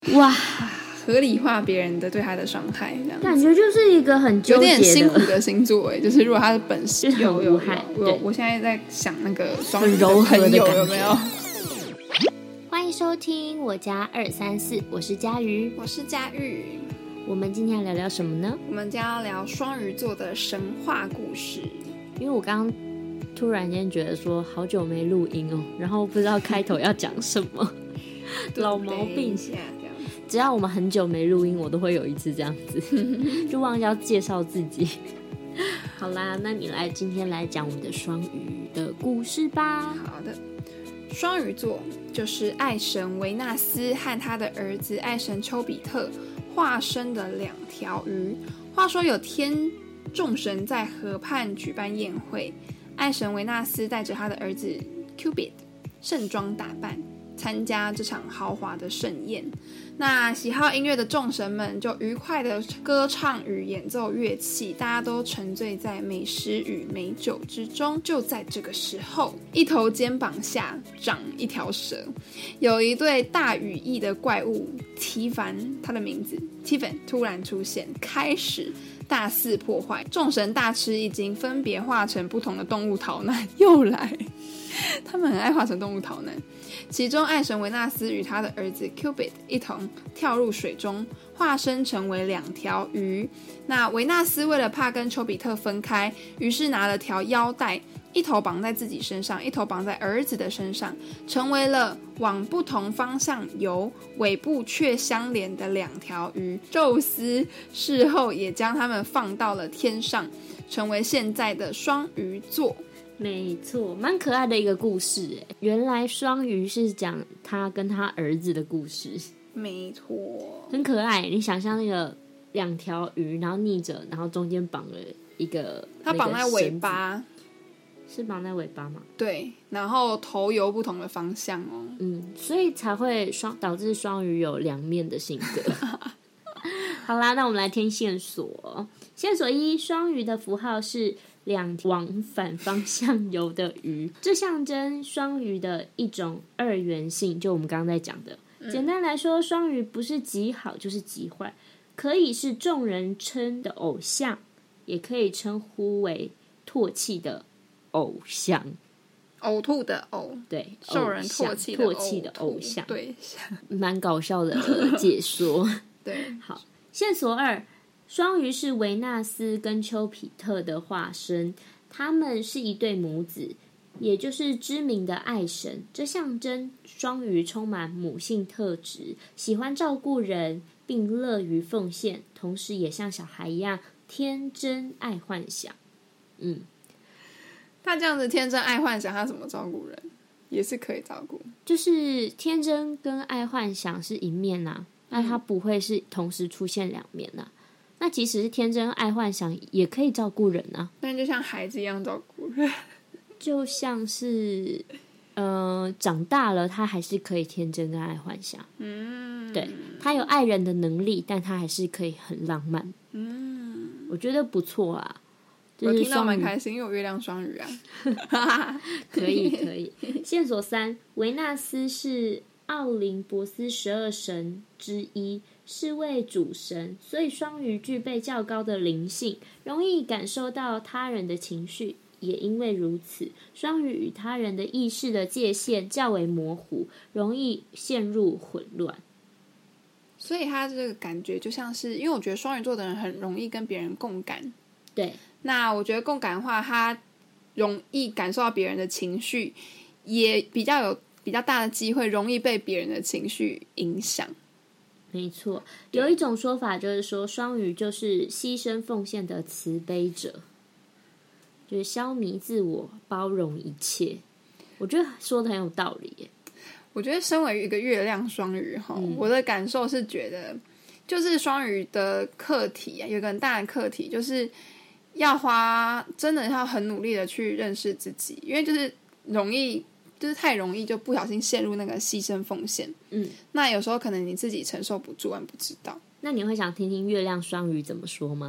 哇， 合理化别人的对他的伤害，这样子感觉就是一个很纠结的有点辛苦的星座就是如果他的本事有无害， 我现在在想那个双鱼很柔和的朋友感觉有没有？ 欢迎收听我家234，我是佳瑜， 我是佳玉。 我们今天要聊聊什么呢？ 我们将要聊双鱼座的神话故事。 因为我刚刚突然间觉得说好久没录音哦，然后不知道开头要讲什么老毛病。只要我们很久没录音，我都会有一次这样子就忘记要介绍自己好啦，那你今天来讲我们的双鱼的故事吧。 好的，双鱼座就是爱神维纳斯和他的儿子爱神丘比特化身的两条鱼。话说有天众神在河畔举办宴会，爱神维纳斯带着他的儿子 Cupid 盛装打扮参加这场豪华的盛宴。那喜好音乐的众神们就愉快的歌唱与演奏乐器，大家都沉醉在美食与美酒之中。就在这个时候，一头肩膀下长一条蛇，有一对大羽翼的怪物提凡，他的名字 Tiffin 突然出现，开始大肆破坏。众神大吃一惊，分别化成不同的动物逃难。又来他们很爱化成动物逃难。其中爱神维纳斯与他的儿子 Cupid 一同跳入水中，化身成为两条鱼。那维纳斯为了怕跟丘比特分开，于是拿了条腰带，一头绑在自己身上，一头绑在儿子的身上，成为了往不同方向游，尾部却相连的两条鱼。宙斯事后也将他们放到了天上，成为现在的双鱼座。 没错，蛮可爱的一个故事耶。原来双鱼是讲他跟他儿子的故事。 没错， 很可爱。你想象那个两条鱼，然后逆着，然后中间绑了一个， 他绑在尾巴， 是绑在尾巴吗？ 对，然后头游不同的方向哦。 所以才会导致双鱼有两面的性格好啦，那我们来听线索。线索1，双鱼的符号是两往反方向游的鱼，这象征双鱼的一种二元性，就我们刚刚在讲的。简单来说，双鱼不是极好就是极坏，可以是众人称的偶像，也可以称呼为唾弃的偶像。 呕吐的呕， 对， 受人唾弃的偶像， 对， 蛮搞笑的解说对， 好，线索2，双鱼是维纳斯跟丘比特的化身，他们是一对母子，也就是知名的爱神。这象征双鱼充满母性特质，喜欢照顾人，并乐于奉献，同时也像小孩一样天真爱幻想。 他这样子天真爱幻想，他怎么照顾人？也是可以照顾， 就是天真跟爱幻想是一面啊，那他不会是同时出现两面啊。那即使是天真爱幻想，也可以照顾人啊。 但就像孩子一样照顾人， 就像是长大了，他还是可以天真跟爱幻想。对，他有爱人的能力，但他还是可以很浪漫。我觉得不错啦。 我听到蛮开心，因为我月亮双鱼啊。 可以。线索3，维纳斯是奥林波斯12神之一，是位主神，所以双鱼具备较高的灵性，容易感受到他人的情绪。也因为如此，双鱼与他人的意识的界限较为模糊，容易陷入混乱。 所以他这个感觉就像是，因为我觉得双鱼座的人很容易跟别人共感。 对， 那我觉得共感的话，他容易感受到别人的情绪，也比较大的机会容易被别人的情绪影响。 没错，有一种说法就是说，双鱼就是牺牲奉献的慈悲者，就是消弭自我，包容一切。我觉得说的很有道理耶。 我觉得身为一个月亮双鱼我的感受是觉得，就是双鱼的课题有一个很大的课题，就是真的要很努力的去认识自己，因为就是太容易就不小心陷入那个牺牲奉献。那有时候可能你自己承受不住，不知道。 那你会想听听月亮双鱼怎么说吗？ 好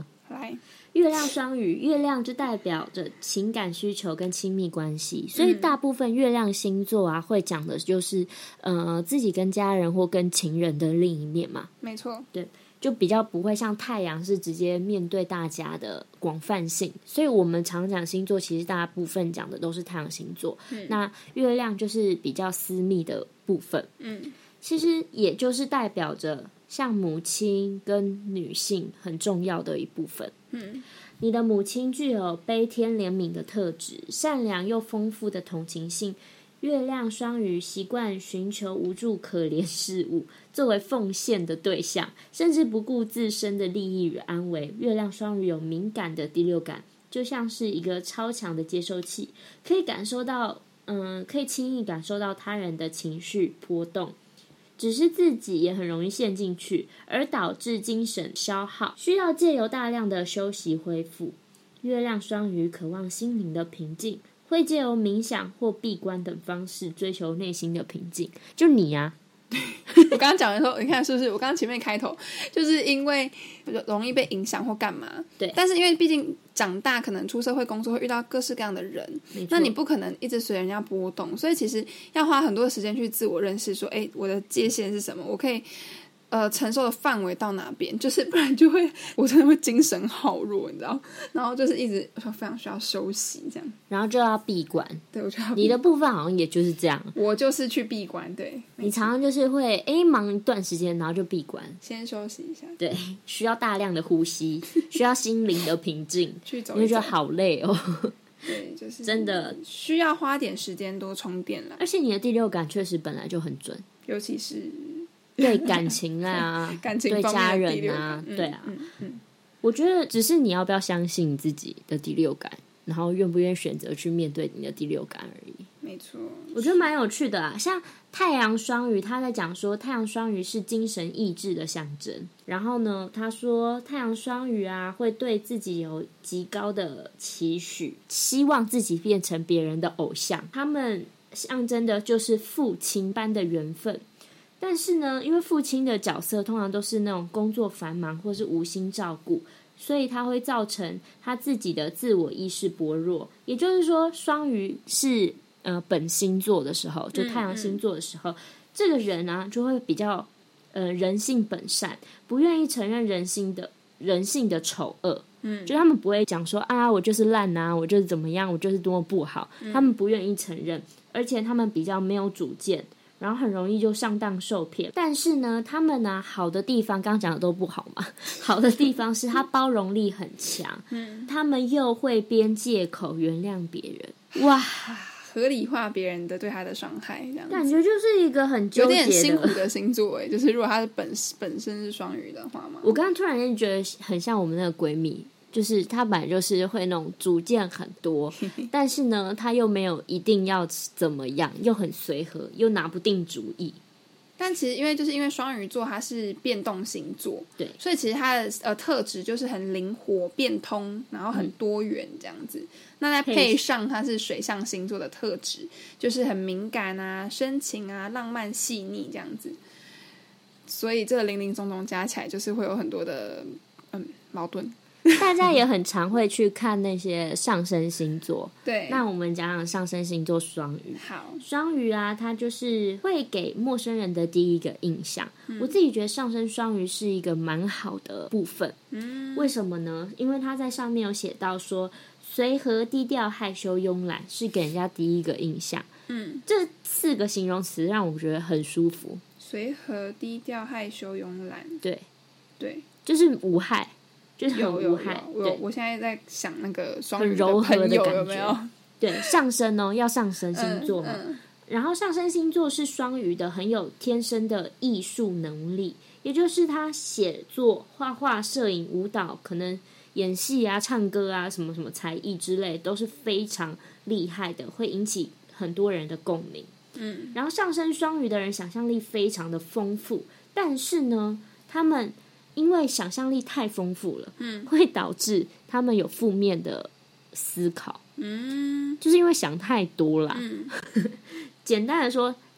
来。 月亮双鱼，月亮就代表着情感需求跟亲密关系，所以大部分月亮星座啊，会讲的就是自己跟家人或跟情人的另一面嘛。 没错， 对，就比较不会像太阳是直接面对大家的广泛性，所以我们常讲星座，其实大部分讲的都是太阳星座，那月亮就是比较私密的部分，其实也就是代表着像母亲跟女性很重要的一部分。你的母亲具有悲天怜悯的特质，善良又丰富的同情性。月亮双鱼习惯寻求无助可怜事物作为奉献的对象，甚至不顾自身的利益与安危。月亮双鱼有敏感的第六感，就像是一个超强的接收器，可以感受到可以轻易感受到他人的情绪波动，只是自己也很容易陷进去，而导致精神消耗，需要借由大量的休息恢复。月亮双鱼渴望心灵的平静，会借由冥想或闭关等方式追求内心的平静。就你啊， 我刚刚讲的时候，你看是不是？我刚刚前面开头就是因为容易被影响或干嘛， 对。 但是因为毕竟长大，可能出社会工作会遇到各式各样的人，那你不可能一直随人家波动，所以其实要花很多时间去自我认识，说，我的界限是什么？我可以承受的范围到哪边？就是不然就会，我真的会精神耗弱，你知道？然后就是一直非常需要休息，这样。 然后就要闭关。 对，我就要你的部分好像也就是这样。 我就是去闭关，对。 你常常就是会忙一段时间，然后就闭关， 先休息一下。 对，需要大量的呼吸，需要心灵的平静， 去走一走， 你会觉得好累哦。 对，就是真的需要花点时间多充电了。 而且你的第六感确实本来就很准， 尤其是对感情啊， 感情对家方面的第人啊， 六感对啊。我觉得只是你要不要相信你自己的第六感，然后愿不愿意选择去面对你的第六感而已。 没错， 我觉得蛮有趣的啊。像太阳双鱼，他在讲说太阳双鱼是精神意志的象征。然后呢，他说太阳双鱼啊，会对自己有极高的期许，希望自己变成别人的偶像。他们象征的就是父亲般的缘分。但是呢，因为父亲的角色通常都是那种工作繁忙或是无心照顾，所以他会造成他自己的自我意识薄弱。也就是说，双鱼是本星座的时候，就太阳星座的时候，这个人啊就会比较人性本善，不愿意承认人性的丑恶。就他们不会讲说啊，我就是烂啊，我就是怎么样，我就是多么不好。他们不愿意承认，而且他们比较没有主见。然后很容易就上当受骗，但是呢，他们呢好的地方，刚刚讲的都不好嘛。好的地方是他包容力很强，他们又会编借口原谅别人，哇， 合理化别人的对他的伤害，这样子感觉就是一个很纠结的有点辛苦的星座哎。就是如果他的本身是双鱼的话嘛， 我刚刚突然间觉得很像我们那个闺蜜。就是她本来就是会那种主见很多，但是呢，她又没有一定要怎么样，又很随和，又拿不定主意。 但其实因为双鱼座它是变动星座， 对， 所以其实它的特质就是很灵活变通，然后很多元这样子。那再配上它是水象星座的特质，就是很敏感啊、深情啊、浪漫细腻这样子。所以这个零零总总加起来，就是会有很多的矛盾。 大家也很常会去看那些上升星座， 对。 那我们讲讲上升星座双鱼。 好， 双鱼啊，它就是会给陌生人的第一个印象。我自己觉得上升双鱼是一个蛮好的部分。为什么呢？因为它在上面有写到说，随和、低调、害羞、慵懒是给人家第一个印象。这4个形容词让我觉得很舒服。 随和、低调、害羞、慵懒， 对， 就是无害。就是很无害。 我现在在想那个双鱼的朋友有没有？ 对，上升哦，要上升星座嘛。然后上升星座是双鱼的，很有天生的艺术能力，也就是他写作、画画、摄影、舞蹈，可能演戏啊、唱歌啊，什么什么才艺之类，都是非常厉害的，会引起很多人的共鸣。然后上升双鱼的人想象力非常的丰富，但是呢，他们因为想象力太丰富了，会导致他们有负面的思考，就是因为想太多啦。简单的说，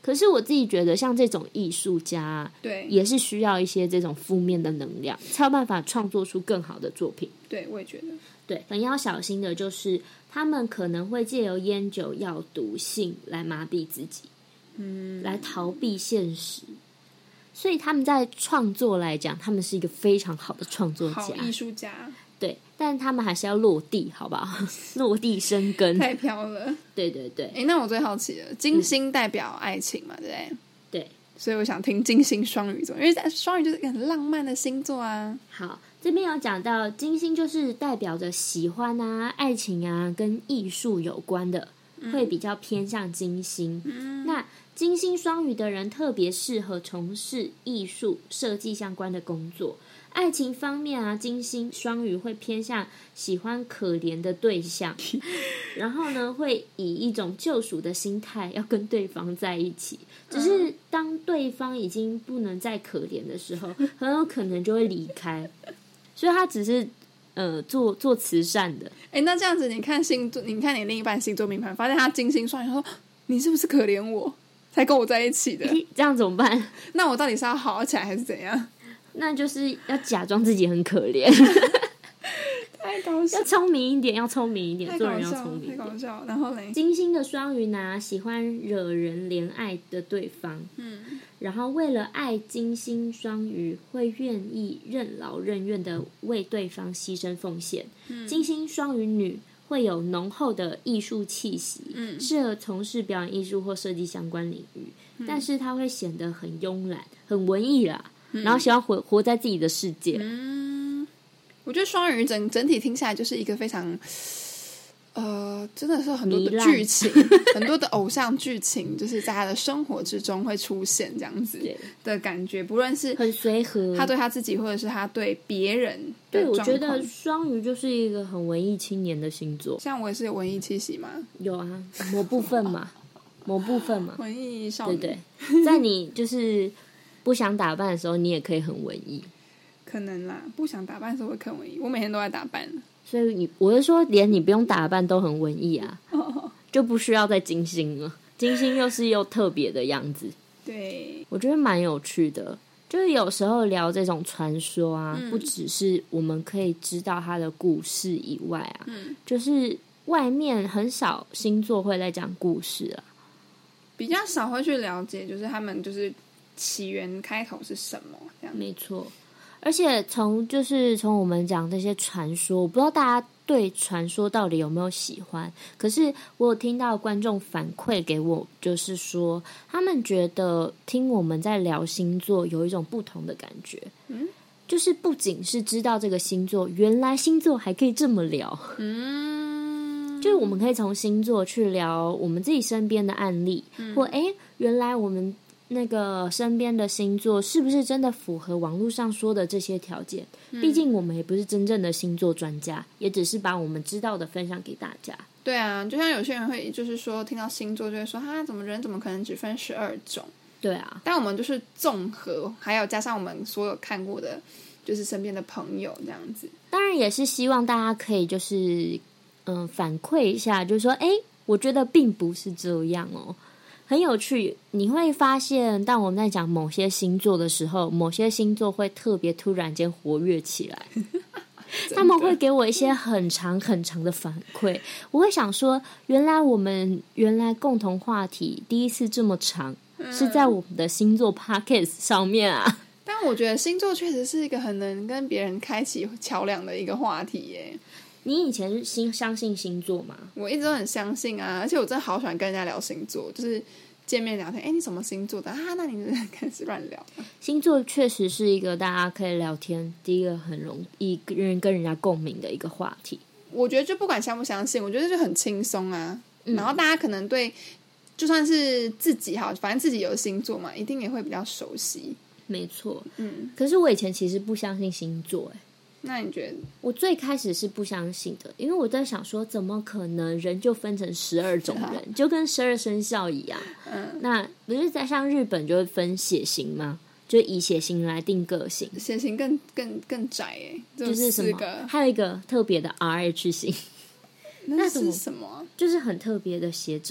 可是我自己觉得，像这种艺术家， 对， 也是需要一些这种负面的能量，才有办法创作出更好的作品。 对，我也觉得。 对，很要小心的就是，他们可能会借由烟酒、药毒、性来麻痹自己，来逃避现实。所以他们在创作来讲，他们是一个非常好的创作家、 好艺术家。 对，但他们还是要落地，好不好？落地生根， 太飘了。 对对对。 那我最好奇了，金星代表爱情嘛，对不对？ 对。 所以我想听金星双鱼座，因为双鱼就是一个很浪漫的星座啊。 好，这边有讲到金星就是代表着喜欢啊、爱情啊，跟艺术有关的，会比较偏向金星。那金星双鱼的人特别适合从事艺术、设计相关的工作。爱情方面啊，金星双鱼会偏向喜欢可怜的对象，然后呢，会以一种救赎的心态要跟对方在一起。只是当对方已经不能再可怜的时候，很有可能就会离开。所以他只是做慈善的。 那这样子，你看星座，你看你另一半星座命盘，发现他金星双鱼，说你是不是可怜我才跟我在一起的？ 这样怎么办？ 那我到底是要好起来还是怎样？ 那就是要假装自己很可怜。 太搞笑， 要聪明一点，要聪明一点，做人要聪明一点。 太搞笑。然后嘞， 金星的双鱼呢，喜欢惹人怜爱的对方，然后为了爱金星双鱼，会愿意任劳任怨的为对方牺牲奉献。金星双鱼女会有浓厚的艺术气息，适合从事表演艺术或设计相关领域，但是她会显得很慵懒，很文艺啦。然后喜欢活在自己的世界。 我觉得双鱼整体听下来就是一个非常真的是很多的剧情，很多的偶像剧情，就是在他的生活之中会出现这样子的感觉，不论是很随和， 他对他自己，或者是他对别人的状况。 对，我觉得双鱼就是一个很文艺青年的星座。 像我也是有文艺气息吗？ 有啊，某部分嘛，某部分嘛， 文艺少女。 对对，在你就是不想打扮的时候，你也可以很文艺。 可能啦，不想打扮的时候会更文艺。我每天都在打扮， 所以我是说，连你不用打扮都很文艺啊，就不需要再金星了。金星又特别的样子， 对， 我觉得蛮有趣的。就是有时候聊这种传说啊，不只是我们可以知道它的故事以外啊，就是外面很少星座会在讲故事啊， 比较少会去了解，就是他们就是起源开头是什么这样。 没错。而且从我们讲这些传说，我不知道大家对传说到底有没有喜欢，可是我有听到观众反馈给我，就是说他们觉得听我们在聊星座有一种不同的感觉，就是不仅是知道这个星座，原来星座还可以这么聊，就是我们可以从星座去聊我们自己身边的案例，或原来我们那个身边的星座是不是真的符合网络上说的这些条件？毕竟我们也不是真正的星座专家，也只是把我们知道的分享给大家。 对啊，就像有些人会就是说听到星座就会说人怎么可能只分12种？对啊，但我们就是综合，还有加上我们所有看过的，就是身边的朋友这样子。 当然也是希望大家可以就是反馈一下，就是说我觉得并不是这样哦。很有趣，你会发现当我们在讲某些星座的时候，某些星座会特别突然间活跃起来他们会给我一些很长很长的反馈，我会想说我们原来共同话题第一次这么长，是在我们的星座 podcast 上面啊。 但我觉得星座确实是一个很能跟别人开启桥梁的一个话题耶。 你以前是相信星座吗？ 我一直都很相信啊，而且我真的好喜欢跟人家聊星座，就是见面聊天，你什么星座的那你就开始乱聊。 星座确实是一个大家可以聊天，第一个很容易跟人家共鸣的一个话题。 我觉得就不管相不相信，我觉得就很轻松啊。然后大家可能对，就算是自己反正自己有星座嘛，一定也会比较熟悉。 没错，可是我以前其实不相信星座那你觉得？ 我最开始是不相信的，因为我在想说，怎么可能人就分成12种人，就跟12生肖一样？那不是在像日本就会分血型吗？就以血型来定个性， 血型更窄就是什么？还有一个特别的 RH 型， 那是什么？ 就是很特别的血种。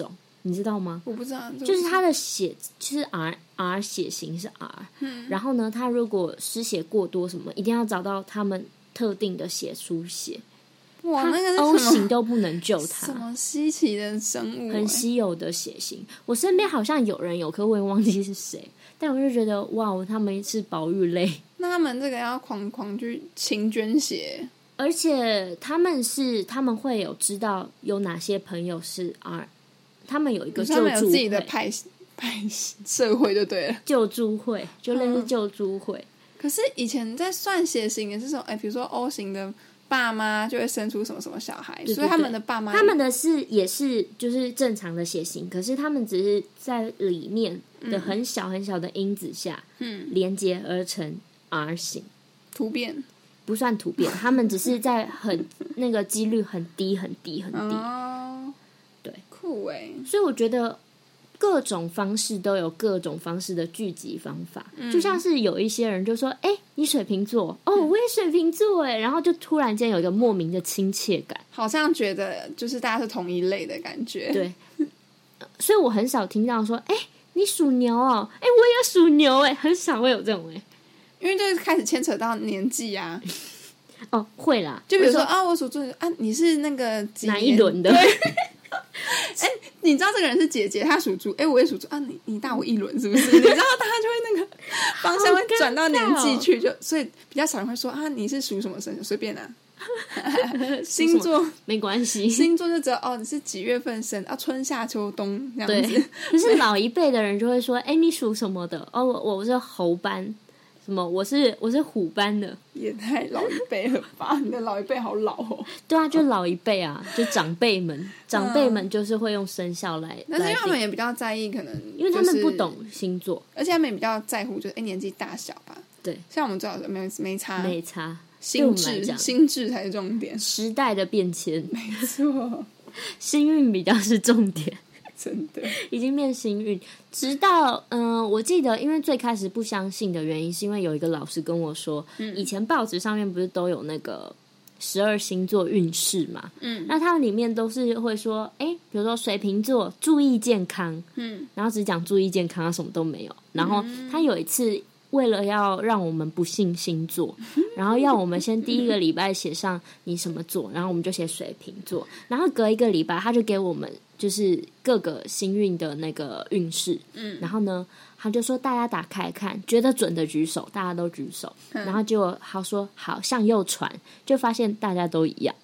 你知道吗？ 我不知道， 就是他的血就是 R 血型是 R，然后呢，他如果失血过多什么，一定要找到他们特定的血输血。 哇，那个是 O 型都不能救他， 什么稀奇的生物， 很稀有的血型。我身边好像有人有，可我也忘记是谁。但我就觉得哇，他们是保育类， 那他们这个要狂去勤捐血， 而且他们会有知道有哪些朋友是 R， 他们有一个救助会， 他们有自己的派社会就对了， 救助会就类似救助会。 可是以前在算血型也是说，比如说 O 型的爸妈就会生出什么什么小孩， 对， 所以他们的爸妈他们的也是就是正常的血型，可是他们只是在里面的很小很小的因子下，连结而成 R 型突变， 不算突变，他们只是在那个几率很低很低很低。 哦， 对， 酷哎！ 所以我觉得各种方式都有各种方式的聚集方法，就像是有一些人就说：“你水瓶座哦，我也水瓶座哎。”然后就突然间有一个莫名的亲切感， 好像觉得就是大家是同一类的感觉。 对，所以我很少听到说：“你属牛哦，我也属牛哎。”很少会有这种因为就是开始牵扯到年纪啊。 哦，会啦， 就比如说我属猪啊，你是那个哪一轮的？ 对。你知道这个人是姐姐，她属猪，我也属猪啊，你大我一轮是不是？你知道大家就会那个方向会转到年纪去，所以比较少人会说你是属什么生，随便啊。星座没关系， 星座就只有你是几月份生春夏秋冬这样子。 可是老一辈的人就会说，你属什么的？我是猴班。什么？我是虎班的， 也太老一辈了吧？你的老一辈好老哦。 对啊，就老一辈啊，就长辈们就是会用生肖来。 但是因为他们也比较在意，可能因为他们不懂星座， 而且他们也比较在乎，就是年纪大小吧。 对， 像我们最好没差，心智才是重点， 时代的变迁， 没错， 幸运比较是重点。 真的已经变幸运，直到我记得，因为最开始不相信的原因，是因为有一个老师跟我说，以前报纸上面不是都有那个12星座运势嘛，那他们里面都是会说，比如说水瓶座注意健康，然后只讲注意健康，什么都没有。然后他有一次为了要让我们不信星座，然后要我们先第一个礼拜写上你什么座，然后我们就写水瓶座，然后隔一个礼拜他就给我们就是各个星运的那个运势，然后呢他就说大家打开看，觉得准的举手，大家都举手，然后就他说好向右传，就发现大家都一样。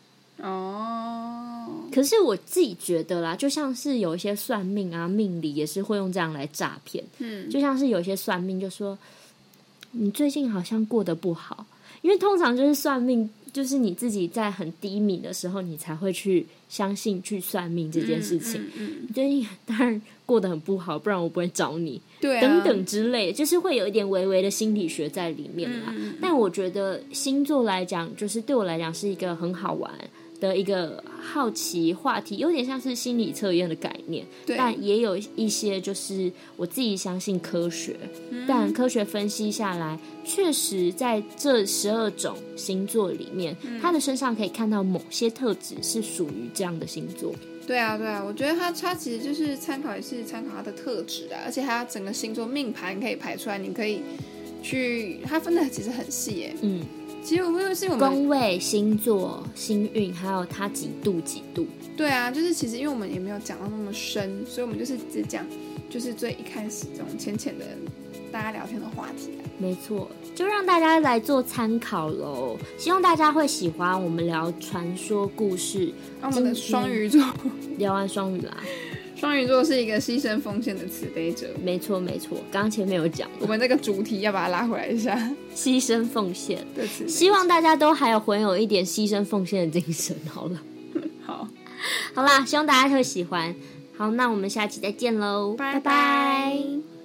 可是我自己觉得啦，就像是有一些算命啊命理也是会用这样来诈骗，就像是有一些算命就说你最近好像过得不好，因为通常就是算命就是你自己在很低迷的时候你才会去相信去算命这件事情，最近当然过得很不好，不然我不会找你，对等等之类的，就是会有一点微微的心理学在里面啦。但我觉得星座来讲，就是对我来讲是一个很好玩的一个好奇话题，有点像是心理测验的概念，但也有一些就是我自己相信科学，但科学分析下来，确实在这12种星座里面，他的身上可以看到某些特质是属于这样的星座。 对啊，我觉得他其实就是参考他的特质啊，而且他整个星座命盘可以排出来，你可以去，他分的其实很细耶。其实我是我们宫位、星座、星运，还有它几度。 对啊，就是其实因为我们也没有讲到那么深，所以我们就是只讲就是最一开始这种浅的大家聊天的话题啊。 没错，就让大家来做参考咯。希望大家会喜欢我们聊传说故事。 我们的双鱼座聊完双鱼啦。 双鱼座是一个牺牲奉献的慈悲者， 没错，刚刚前面有讲， 我们这个主题要把它拉回来一下， 牺牲奉献。希望大家都还有混有一点牺牲奉献的精神。好了，好啦，希望大家会喜欢。好，那我们下期再见喽，拜拜。